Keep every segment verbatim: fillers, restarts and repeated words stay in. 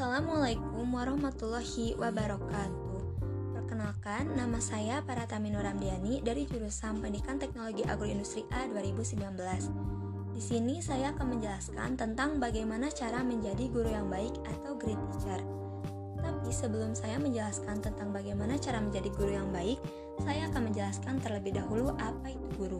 Assalamualaikum warahmatullahi wabarakatuh. Perkenalkan, nama saya Paratami Nuramdiani dari jurusan Pendidikan Teknologi Agroindustri A dua ribu sembilan belas. Di sini saya akan menjelaskan tentang bagaimana cara menjadi guru yang baik atau great teacher. Tapi sebelum saya menjelaskan tentang bagaimana cara menjadi guru yang baik, saya akan menjelaskan terlebih dahulu apa itu guru.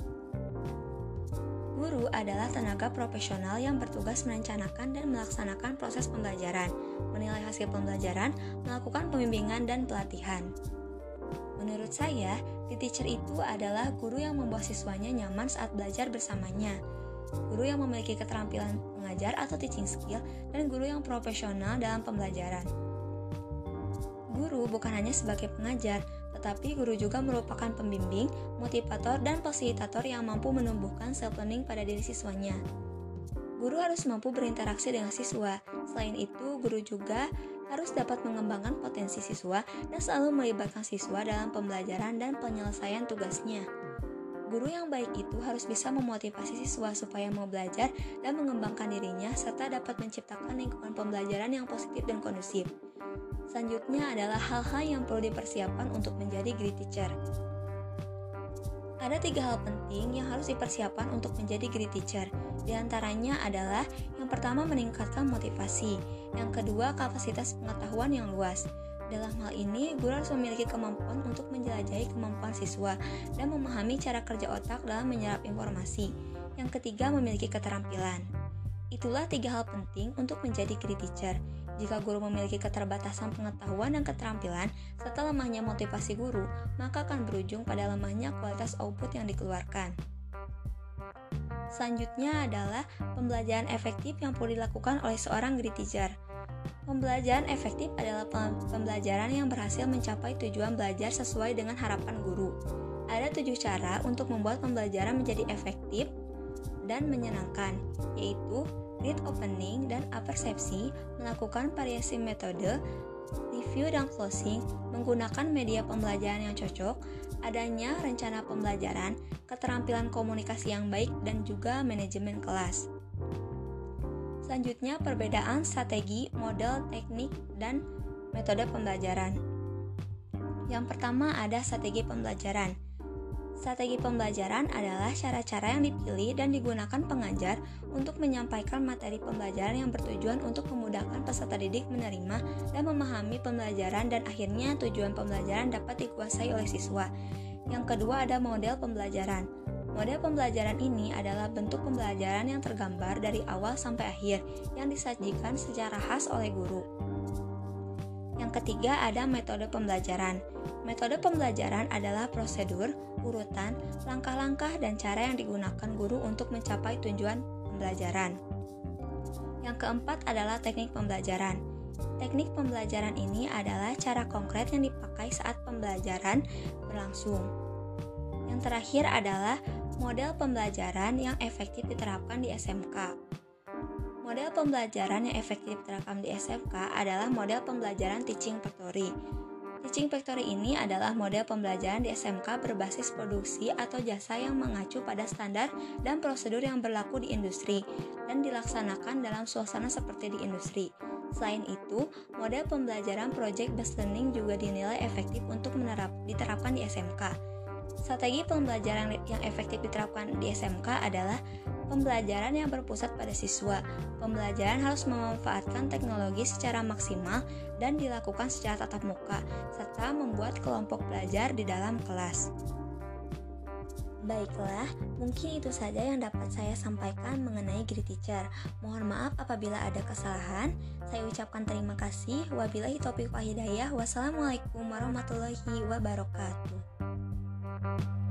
Guru adalah tenaga profesional yang bertugas merencanakan dan melaksanakan proses pembelajaran, menilai hasil pembelajaran, melakukan pembimbingan dan pelatihan. Menurut saya, the teacher itu adalah guru yang membuat siswanya nyaman saat belajar bersamanya, guru yang memiliki keterampilan mengajar atau teaching skill, dan guru yang profesional dalam pembelajaran. Guru bukan hanya sebagai pengajar, tetapi guru juga merupakan pembimbing, motivator, dan fasilitator yang mampu menumbuhkan self-learning pada diri siswanya. Guru harus mampu berinteraksi dengan siswa. Selain itu, guru juga harus dapat mengembangkan potensi siswa dan selalu melibatkan siswa dalam pembelajaran dan penyelesaian tugasnya. Guru yang baik itu harus bisa memotivasi siswa supaya mau belajar dan mengembangkan dirinya, serta dapat menciptakan lingkungan pembelajaran yang positif dan kondusif. Selanjutnya adalah hal-hal yang perlu dipersiapkan untuk menjadi great teacher. Ada tiga hal penting yang harus dipersiapkan untuk menjadi great teacher. Di antaranya adalah yang pertama meningkatkan motivasi, yang kedua kapasitas pengetahuan yang luas. Dalam hal ini, guru harus memiliki kemampuan untuk menjelajahi kemampuan siswa dan memahami cara kerja otak dalam menyerap informasi. Yang ketiga, memiliki keterampilan. Itulah tiga hal penting untuk menjadi great teacher. Jika guru memiliki keterbatasan pengetahuan dan keterampilan, serta lemahnya motivasi guru, maka akan berujung pada lemahnya kualitas output yang dikeluarkan. Selanjutnya adalah pembelajaran efektif yang perlu dilakukan oleh seorang great teacher. Pembelajaran efektif adalah pembelajaran yang berhasil mencapai tujuan belajar sesuai dengan harapan guru. Ada tujuh cara untuk membuat pembelajaran menjadi efektif dan menyenangkan, yaitu read opening dan apersepsi, melakukan variasi metode, review dan closing, menggunakan media pembelajaran yang cocok, adanya rencana pembelajaran, keterampilan komunikasi yang baik, dan juga manajemen kelas. Selanjutnya, perbedaan strategi, model, teknik, dan metode pembelajaran. Yang pertama ada strategi pembelajaran. Strategi pembelajaran adalah cara-cara yang dipilih dan digunakan pengajar untuk menyampaikan materi pembelajaran yang bertujuan untuk memudahkan peserta didik menerima dan memahami pembelajaran dan akhirnya tujuan pembelajaran dapat dikuasai oleh siswa. Yang kedua ada model pembelajaran. Model pembelajaran ini adalah bentuk pembelajaran yang tergambar dari awal sampai akhir yang disajikan secara khas oleh guru. Yang ketiga ada metode pembelajaran. Metode pembelajaran adalah prosedur, urutan, langkah-langkah, dan cara yang digunakan guru untuk mencapai tujuan pembelajaran. Yang keempat adalah teknik pembelajaran. Teknik pembelajaran ini adalah cara konkret yang dipakai saat pembelajaran berlangsung. Yang terakhir adalah model pembelajaran yang efektif diterapkan di S M K. Model pembelajaran yang efektif diterapkan di S M K adalah model pembelajaran Teaching Factory. Teaching Factory ini adalah model pembelajaran di S M K berbasis produksi atau jasa yang mengacu pada standar dan prosedur yang berlaku di industri dan dilaksanakan dalam suasana seperti di industri. Selain itu, model pembelajaran Project-Based Learning juga dinilai efektif untuk menerap, diterapkan di S M K. Strategi pembelajaran yang efektif diterapkan di S M K adalah pembelajaran yang berpusat pada siswa. Pembelajaran harus memanfaatkan teknologi secara maksimal dan dilakukan secara tatap muka, serta membuat kelompok belajar di dalam kelas. Baiklah, mungkin itu saja yang dapat saya sampaikan mengenai great teacher. Mohon maaf apabila ada kesalahan. Saya ucapkan terima kasih. Wabillahi taufiq wal hidayah. Wassalamualaikum warahmatullahi wabarakatuh.